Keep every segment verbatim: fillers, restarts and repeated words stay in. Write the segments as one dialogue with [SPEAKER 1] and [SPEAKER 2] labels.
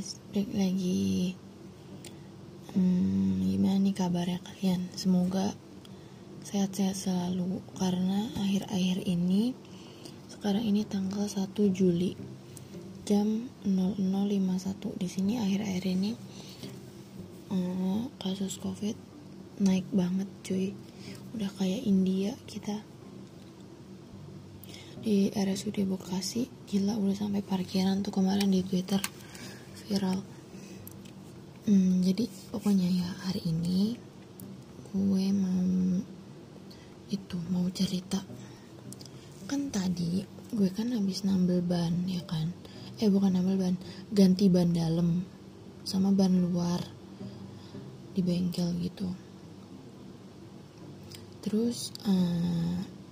[SPEAKER 1] guys, balik lagi. hmm, Gimana nih kabarnya kalian? Semoga sehat-sehat selalu. Karena akhir-akhir ini, sekarang ini tanggal satu Juli jam nol nol lima puluh satu. Di sini akhir-akhir ini uh, kasus covid naik banget cuy. Udah kayak India kita. Di R S U D Bekasi, gila udah sampai parkiran tuh kemarin di Twitter viral. Hmm, jadi pokoknya ya hari ini gue mau itu mau cerita. Kan tadi gue kan habis nambel ban ya kan. Eh bukan nambel ban, ganti ban dalam sama ban luar di bengkel gitu. Terus uh,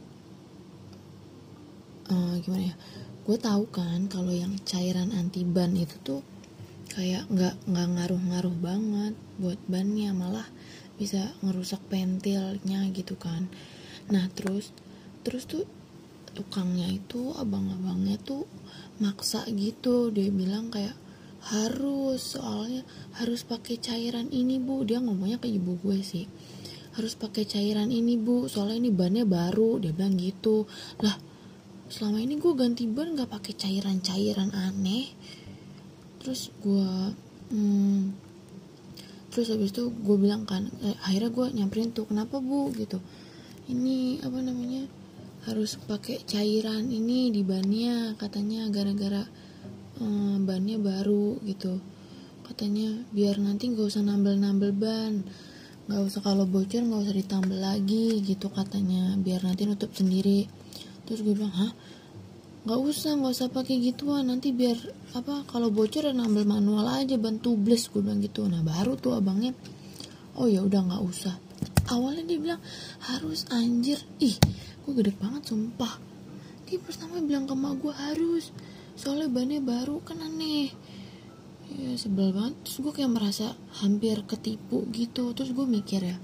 [SPEAKER 1] Uh, gimana ya, gue tahu kan kalau yang cairan anti ban itu tuh kayak nggak nggak ngaruh-ngaruh banget buat bannya, malah bisa ngerusak pentilnya gitu kan. Nah terus terus tuh tukangnya itu, abang-abangnya tuh maksa gitu, dia bilang kayak harus, soalnya harus pakai cairan ini bu, dia ngomongnya ke ibu gue sih, harus pakai cairan ini bu, soalnya ini bannya baru, dia bilang gitu. Lah selama ini gue ganti ban gak pakai cairan-cairan aneh. Terus gue hmm, terus habis itu gue bilang kan, eh, akhirnya gue nyamperin tuh, kenapa bu gitu, ini apa namanya harus pakai cairan ini di bannya, katanya gara-gara eh, bannya baru gitu, katanya biar nanti gak usah nambel-nambel ban, gak usah kalau bocor gak usah ditambel lagi gitu katanya, biar nanti nutup sendiri. Terus gue bilang, hah? Gak usah, gak usah pakai gituan, nanti biar apa kalau bocor ya nambel manual aja, ban tubles, gue bilang gitu. Nah baru tuh abangnya, oh ya udah nggak usah. Awalnya dia bilang harus, anjir, ih gue gede banget sumpah. Dia pertama bilang ke mak gue harus, soalnya bannya baru, kan aneh. Ya sebel banget. Terus gue kayak merasa hampir ketipu gitu. Terus gue mikir ya,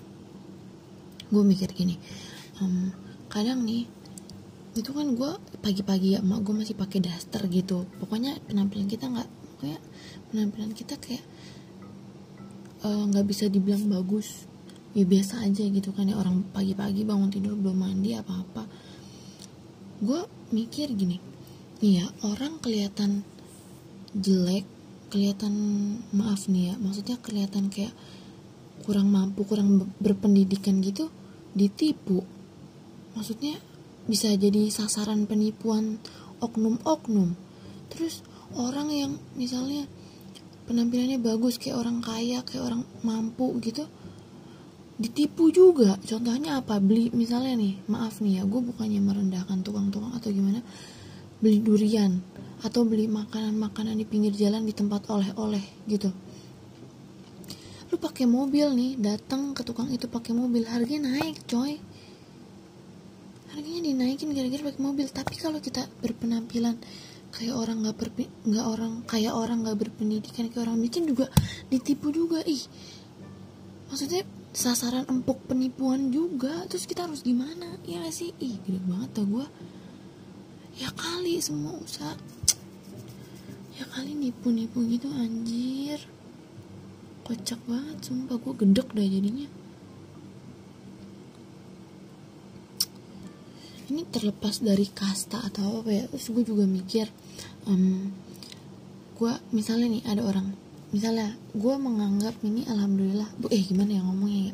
[SPEAKER 1] gue mikir gini, um, kadang nih itu kan gue pagi-pagi ya, emak gue masih pakai daster gitu. Pokoknya penampilan kita nggak, kayak penampilan kita kayak nggak uh, bisa dibilang bagus, ya biasa aja gitu kan ya, orang pagi-pagi bangun tidur belum mandi apa-apa. Gue mikir gini, nih ya orang kelihatan jelek, kelihatan, maaf nih ya, maksudnya kelihatan kayak kurang mampu, kurang berpendidikan gitu, ditipu. Maksudnya bisa jadi sasaran penipuan oknum-oknum. Terus orang yang misalnya penampilannya bagus, kayak orang kaya, kayak orang mampu gitu, ditipu juga. Contohnya apa? Beli misalnya nih, maaf nih ya, gue bukannya merendahkan tukang-tukang atau gimana, beli durian atau beli makanan-makanan di pinggir jalan di tempat oleh-oleh gitu. Lu pakai mobil nih, datang ke tukang itu pakai mobil, harganya naik coy, harganya dinaikin gara-gara pakai mobil. Tapi kalau kita berpenampilan kayak orang nggak berpi, nggak orang kayak orang nggak berpendidikan, kayak orang miskin, juga ditipu juga. Ih, maksudnya sasaran empuk penipuan juga. Terus kita harus gimana ya gak sih? Ih gede banget tau gue. Ya kali semua usaha, ya kali nipu-nipu gitu, anjir, kocak banget sumpah. Gue gedek dah jadinya. Ini terlepas dari kasta atau apa ya. Terus gue juga mikir, um, gue misalnya nih ada orang, misalnya gue menganggap ini alhamdulillah, bu eh gimana ya ngomongnya ya,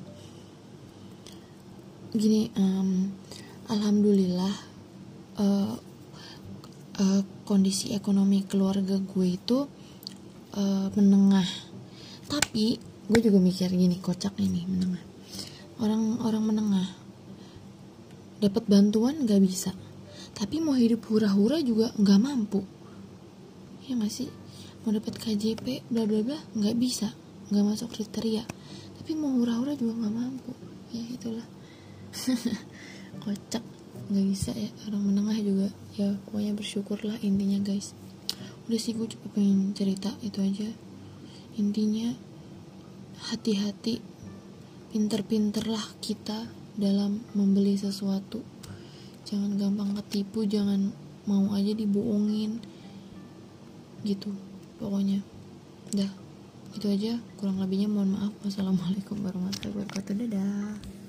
[SPEAKER 1] gini, um, alhamdulillah uh, uh, kondisi ekonomi keluarga gue itu uh, menengah. Tapi gue juga mikir gini, kocak ini menengah, orang-orang menengah dapat bantuan nggak bisa, tapi mau hidup hura-hura juga nggak mampu, ya nggak sih? Mau dapat K J P bla bla bla nggak bisa, nggak masuk kriteria, tapi mau hura-hura juga nggak mampu. Ya itulah. Kocak, nggak bisa ya orang menengah juga. Ya pokoknya bersyukurlah intinya guys. Udah sih, gue cuma pengen cerita itu aja. Intinya hati-hati, pinter-pinterlah kita dalam membeli sesuatu. Jangan gampang ketipu, jangan mau aja dibohongin gitu pokoknya. Dah, itu aja, kurang lebihnya mohon maaf. Wassalamualaikum warahmatullahi wabarakatuh. Dadah.